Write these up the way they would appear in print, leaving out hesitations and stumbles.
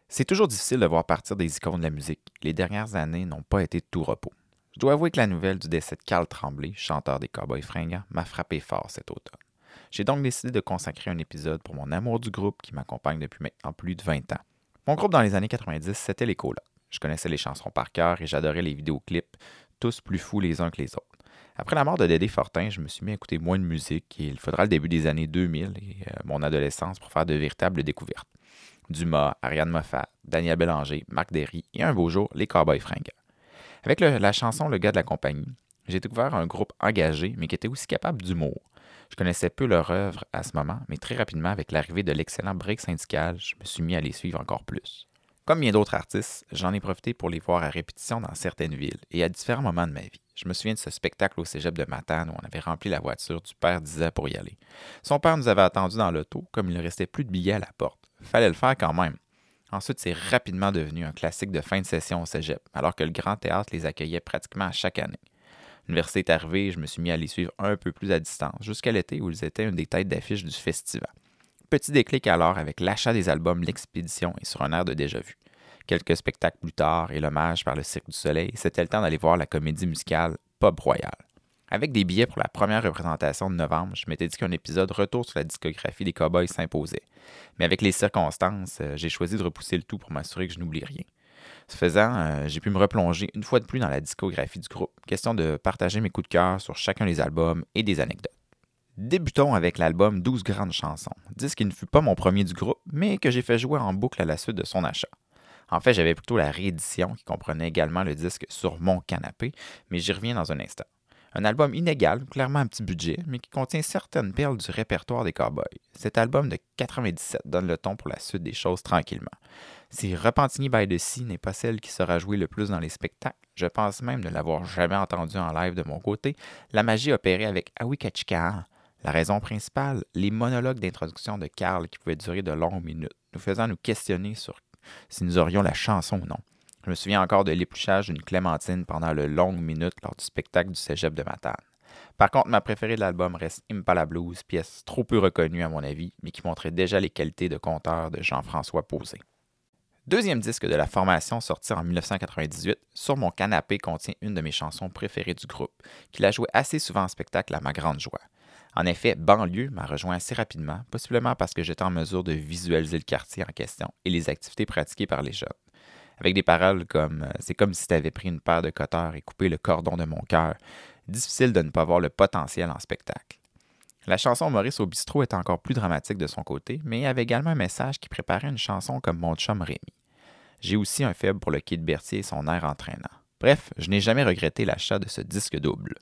C'est toujours difficile de voir partir des icônes de la musique. Les dernières années n'ont pas été de tout repos. Je dois avouer que la nouvelle du décès de Carl Tremblay, chanteur des Cowboys fringants, m'a frappé fort cet automne. J'ai donc décidé de consacrer un épisode pour mon amour du groupe qui m'accompagne depuis maintenant plus de 20 ans. Mon groupe dans les années 90, c'était les Colas. Je connaissais les chansons par cœur et j'adorais les vidéoclips, tous plus fous les uns que les autres. Après la mort de Dédé Fortin, je me suis mis à écouter moins de musique et il faudra le début des années 2000 et mon adolescence pour faire de véritables découvertes. Dumas, Ariane Moffat, Daniel Bélanger, Marc Derry et un beau jour, les Cowboys fringants. Avec la chanson Le gars de la compagnie, j'ai découvert un groupe engagé mais qui était aussi capable d'humour. Je connaissais peu leur œuvre à ce moment, mais très rapidement, avec l'arrivée de l'excellent break syndical, je me suis mis à les suivre encore plus. Comme bien d'autres artistes, j'en ai profité pour les voir à répétition dans certaines villes et à différents moments de ma vie. Je me souviens de ce spectacle au cégep de Matane où on avait rempli la voiture du père d'Isa pour y aller. Son père nous avait attendus dans l'auto, comme il ne restait plus de billets à la porte. Fallait le faire quand même. Ensuite, c'est rapidement devenu un classique de fin de session au cégep, alors que le Grand Théâtre les accueillait pratiquement à chaque année. L'université est arrivée et je me suis mis à les suivre un peu plus à distance, jusqu'à l'été où ils étaient une des têtes d'affiche du festival. Petit déclic alors avec l'achat des albums L'Expédition et Sur un air de déjà-vu. Quelques spectacles plus tard et l'hommage par le Cirque du Soleil, c'était le temps d'aller voir la comédie musicale Pop Royal. Avec des billets pour la première représentation de novembre, je m'étais dit qu'un épisode retour sur la discographie des Cowboys s'imposait. Mais avec les circonstances, j'ai choisi de repousser le tout pour m'assurer que je n'oublie rien. Ce faisant, j'ai pu me replonger une fois de plus dans la discographie du groupe, question de partager mes coups de cœur sur chacun des albums et des anecdotes. Débutons avec l'album 12 grandes chansons, disque qui ne fut pas mon premier du groupe, mais que j'ai fait jouer en boucle à la suite de son achat. En fait, j'avais plutôt la réédition qui comprenait également le disque Sur mon canapé, mais j'y reviens dans un instant. Un album inégal, clairement un petit budget, mais qui contient certaines perles du répertoire des Cowboys. Cet album de 97 donne le ton pour la suite des choses tranquillement. Si Repentigny by the Sea n'est pas celle qui sera jouée le plus dans les spectacles, je pense même ne l'avoir jamais entendue en live de mon côté, la magie opérée avec Awi Kachika. La raison principale, les monologues d'introduction de Carl qui pouvaient durer de longues minutes, nous faisant nous questionner sur si nous aurions la chanson ou non. Je me souviens encore de l'épluchage d'une clémentine pendant le longues minutes lors du spectacle du cégep de Matane. Par contre, ma préférée de l'album reste Impala Blues, pièce trop peu reconnue à mon avis, mais qui montrait déjà les qualités de conteur de Jean-François Posé. Deuxième disque de la formation sorti en 1998, Sur mon canapé contient une de mes chansons préférées du groupe, qu'il a joué assez souvent en spectacle à ma grande joie. En effet, Banlieue m'a rejoint assez rapidement, possiblement parce que j'étais en mesure de visualiser le quartier en question et les activités pratiquées par les jeunes. Avec des paroles comme C'est comme si tu avais pris une paire de cutters et coupé le cordon de mon cœur, difficile de ne pas voir le potentiel en spectacle. La chanson Maurice au bistrot est encore plus dramatique de son côté, mais avait également un message qui préparait une chanson comme Mon chum Rémi. J'ai aussi un faible pour le Kid Berthier et son air entraînant. Bref, je n'ai jamais regretté l'achat de ce disque double.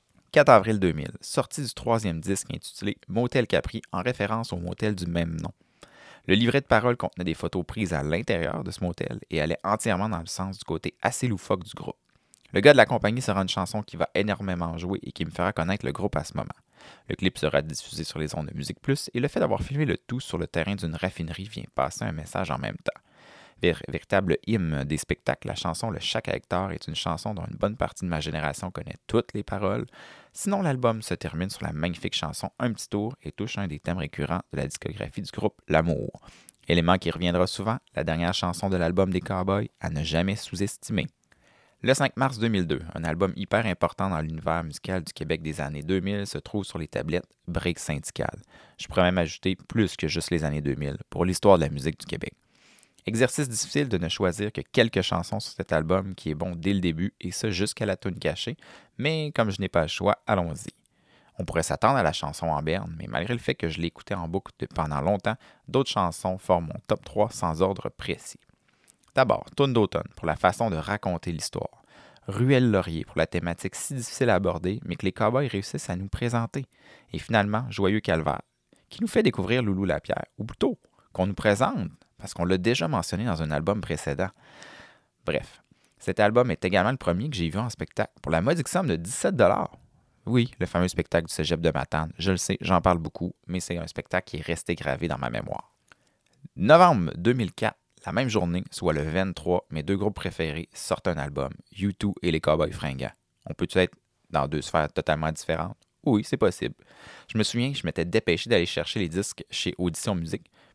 4 avril 2000, sortie du troisième disque intitulé Motel Capri en référence au motel du même nom. Le livret de paroles contenait des photos prises à l'intérieur de ce motel et allait entièrement dans le sens du côté assez loufoque du groupe. Le gars de la compagnie sera une chanson qui va énormément jouer et qui me fera connaître le groupe à ce moment. Le clip sera diffusé sur les ondes de Musique Plus et le fait d'avoir filmé le tout sur le terrain d'une raffinerie vient passer un message en même temps. Véritable hymne des spectacles, la chanson Le Chac à Hector est une chanson dont une bonne partie de ma génération connaît toutes les paroles. Sinon, l'album se termine sur la magnifique chanson Un petit tour et touche un des thèmes récurrents de la discographie du groupe, l'amour. Élément qui reviendra souvent, la dernière chanson de l'album des Cowboys, à ne jamais sous-estimer. Le 5 mars 2002, un album hyper important dans l'univers musical du Québec des années 2000 se trouve sur les tablettes Break Syndical. Je pourrais même ajouter plus que juste les années 2000 pour l'histoire de la musique du Québec. Exercice difficile de ne choisir que quelques chansons sur cet album qui est bon dès le début et ça jusqu'à la tune cachée, mais comme je n'ai pas le choix, allons-y. On pourrait s'attendre à la chanson en berne, mais malgré le fait que je l'écoutais en boucle pendant longtemps, d'autres chansons forment mon top 3 sans ordre précis. D'abord, Tourne d'automne pour la façon de raconter l'histoire. Ruelle Laurier pour la thématique si difficile à aborder, mais que les Cowboys réussissent à nous présenter. Et finalement, Joyeux Calvaire, qui nous fait découvrir Loulou Lapierre, ou plutôt, qu'on nous présente, parce qu'on l'a déjà mentionné dans un album précédent. Bref, cet album est également le premier que j'ai vu en spectacle, pour la modique somme de 17$. Oui, le fameux spectacle du cégep de Matane, je le sais, j'en parle beaucoup, mais c'est un spectacle qui est resté gravé dans ma mémoire. Novembre 2004, la même journée, soit le 23, mes deux groupes préférés sortent un album, U2 et les Cowboys fringants. On peut-tu être dans deux sphères totalement différentes? Oui, c'est possible. Je me souviens que je m'étais dépêché d'aller chercher les disques chez Audition Musique,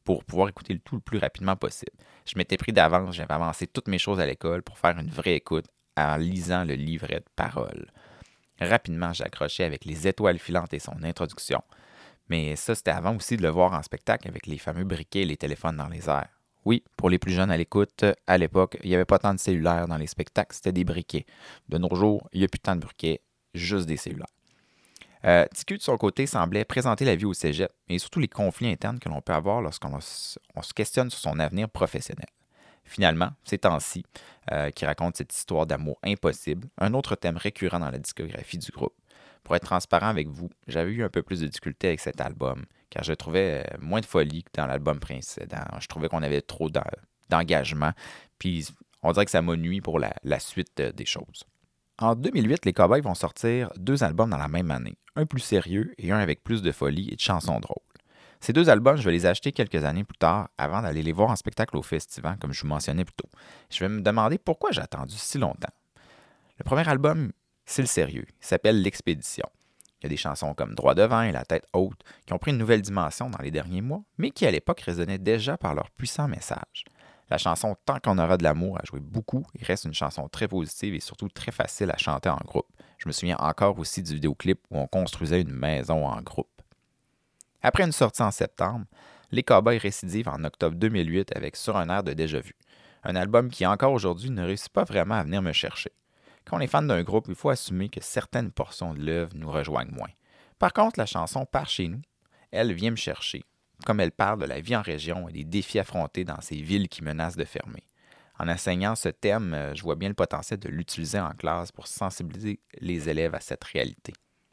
pour pouvoir écouter le tout le plus rapidement possible. Je m'étais pris d'avance, j'avais avancé toutes mes choses à l'école pour faire une vraie écoute en lisant le livret de paroles. Rapidement, j'accrochais avec Les Étoiles filantes et son introduction. Mais ça, c'était avant aussi de le voir en spectacle avec les fameux briquets et les téléphones dans les airs. Oui, pour les plus jeunes à l'écoute, à l'époque, il n'y avait pas tant de cellulaires dans les spectacles, c'était des briquets. De nos jours, il n'y a plus tant de briquets, juste des cellulaires. TQ, de son côté, semblait présenter la vie au cégep et surtout les conflits internes que l'on peut avoir lorsqu'on se questionne sur son avenir professionnel. Finalement, ces temps-ci, qui raconte cette histoire d'amour impossible, un autre thème récurrent dans la discographie du groupe. Pour être transparent avec vous, j'avais eu un peu plus de difficulté avec cet album, car je trouvais moins de folie que dans l'album précédent. Je trouvais qu'on avait trop d'engagement, puis on dirait que ça m'a nui pour la suite des choses. En 2008, les Cowboys vont sortir 2 albums dans la même année, un plus sérieux et un avec plus de folie et de chansons drôles. Ces 2 albums, je vais les acheter quelques années plus tard avant d'aller les voir en spectacle au festival, comme je vous mentionnais plus tôt. Je vais me demander pourquoi j'ai attendu si longtemps. Le premier album, c'est le sérieux. Il s'appelle L'Expédition. Il y a des chansons comme Droit devant et La tête haute qui ont pris une nouvelle dimension dans les derniers mois, mais qui à l'époque résonnaient déjà par leur puissant message. La chanson Tant qu'on aura de l'amour a joué beaucoup et reste une chanson très positive et surtout très facile à chanter en groupe. Je me souviens encore aussi du vidéoclip où on construisait une maison en groupe. Après une sortie en septembre, les Cowboys récidivent en octobre 2008 avec Sur un air de déjà vu, un album qui encore aujourd'hui ne réussit pas vraiment à venir me chercher. Quand on est fan d'un groupe, il faut assumer que certaines portions de l'œuvre nous rejoignent moins. Par contre, la chanson Par chez nous, elle vient me chercher, comme elle parle de la vie en région et des défis affrontés dans ces villes qui menacent de fermer. En enseignant ce thème, je vois bien le potentiel de l'utiliser en classe pour sensibiliser les élèves à cette réalité.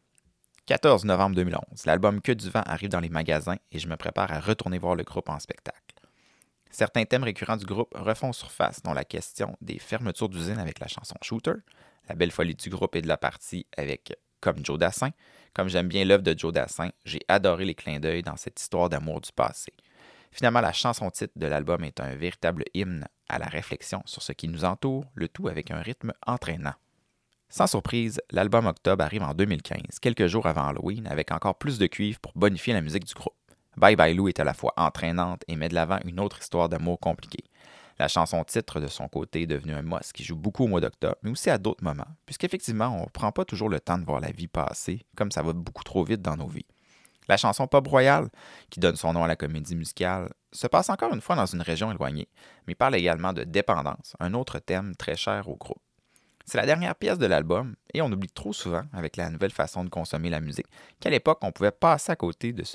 14 novembre 2011, l'album Que du vent arrive dans les magasins et je me prépare à retourner voir le groupe en spectacle. Certains thèmes récurrents du groupe refont surface, dont la question des fermetures d'usines avec la chanson Shooter, la belle folie du groupe et de la partie avec Comme Joe Dassin. Comme j'aime bien l'œuvre de Joe Dassin, j'ai adoré les clins d'œil dans cette histoire d'amour du passé. Finalement, la chanson-titre de l'album est un véritable hymne à la réflexion sur ce qui nous entoure, le tout avec un rythme entraînant. Sans surprise, l'album Octobre arrive en 2015, quelques jours avant Halloween, avec encore plus de cuivre pour bonifier la musique du groupe. Bye Bye Lou est à la fois entraînante et met de l'avant une autre histoire d'amour compliquée. La chanson-titre, de son côté, est devenue un must qui joue beaucoup au mois d'octobre, mais aussi à d'autres moments, puisqu'effectivement, on ne prend pas toujours le temps de voir la vie passer, comme ça va beaucoup trop vite dans nos vies. La chanson Pop Royal, qui donne son nom à la comédie musicale, se passe encore une fois dans une région éloignée, mais parle également de dépendance, un autre thème très cher au groupe. C'est la dernière pièce de l'album, et on oublie trop souvent, avec la nouvelle façon de consommer la musique, qu'à l'époque, on pouvait passer à côté de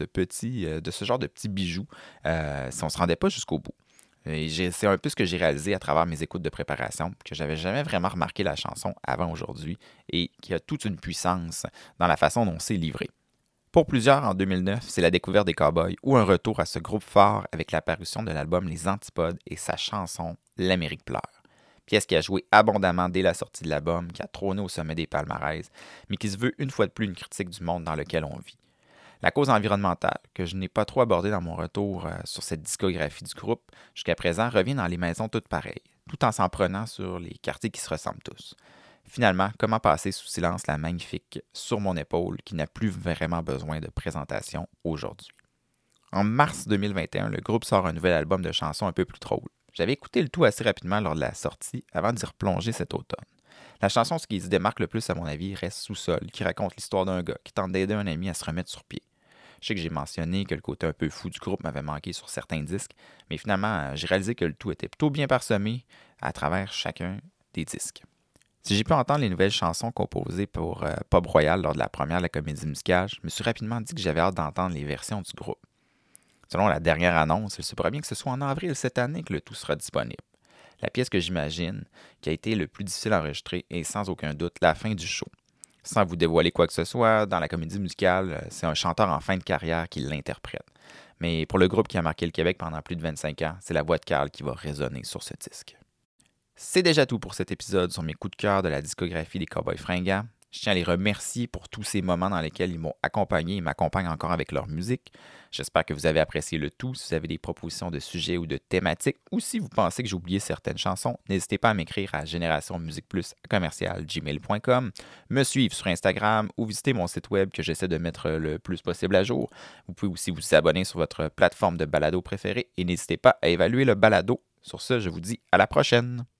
ce genre de petits bijoux si on ne se rendait pas jusqu'au bout. Et c'est un peu ce que j'ai réalisé à travers mes écoutes de préparation, que j'avais jamais vraiment remarqué la chanson avant aujourd'hui, et qui a toute une puissance dans la façon dont c'est livré. Pour plusieurs, en 2009, c'est la découverte des Cowboys ou un retour à ce groupe fort avec l'apparition de l'album Les Antipodes et sa chanson L'Amérique pleure. Pièce qui a joué abondamment dès la sortie de l'album, qui a trôné au sommet des palmarès, mais qui se veut une fois de plus une critique du monde dans lequel on vit. La cause environnementale, que je n'ai pas trop abordée dans mon retour sur cette discographie du groupe, jusqu'à présent revient dans les maisons toutes pareilles, tout en s'en prenant sur les quartiers qui se ressemblent tous. Finalement, comment passer sous silence la magnifique Sur mon épaule qui n'a plus vraiment besoin de présentation aujourd'hui. En mars 2021, le groupe sort un nouvel album de chansons un peu plus drôles. J'avais écouté le tout assez rapidement lors de la sortie avant d'y replonger cet automne. La chanson, ce qui se démarque le plus à mon avis, reste Sous-sol, qui raconte l'histoire d'un gars qui tente d'aider un ami à se remettre sur pied. Je sais que j'ai mentionné que le côté un peu fou du groupe m'avait manqué sur certains disques, mais finalement, j'ai réalisé que le tout était plutôt bien parsemé à travers chacun des disques. Si j'ai pu entendre les nouvelles chansons composées pour Pop Royal lors de la première de la comédie musicale, je me suis rapidement dit que j'avais hâte d'entendre les versions du groupe. Selon la dernière annonce, il se pourrait bien que ce soit en avril cette année que le tout sera disponible. La pièce que j'imagine qui a été le plus difficile à enregistrer est sans aucun doute la fin du show. Sans vous dévoiler quoi que ce soit, dans la comédie musicale, c'est un chanteur en fin de carrière qui l'interprète. Mais pour le groupe qui a marqué le Québec pendant plus de 25 ans, c'est la voix de Carl qui va résonner sur ce disque. C'est déjà tout pour cet épisode sur mes coups de cœur de la discographie des Cowboys fringants. Je tiens à les remercier pour tous ces moments dans lesquels ils m'ont accompagné et m'accompagnent encore avec leur musique. J'espère que vous avez apprécié le tout. Si vous avez des propositions de sujets ou de thématiques, ou si vous pensez que j'ai oublié certaines chansons, n'hésitez pas à m'écrire à générationmusicplus@gmail.com, me suivre sur Instagram ou visiter mon site web que j'essaie de mettre le plus possible à jour. Vous pouvez aussi vous abonner sur votre plateforme de balado préférée et n'hésitez pas à évaluer le balado. Sur ce, je vous dis à la prochaine!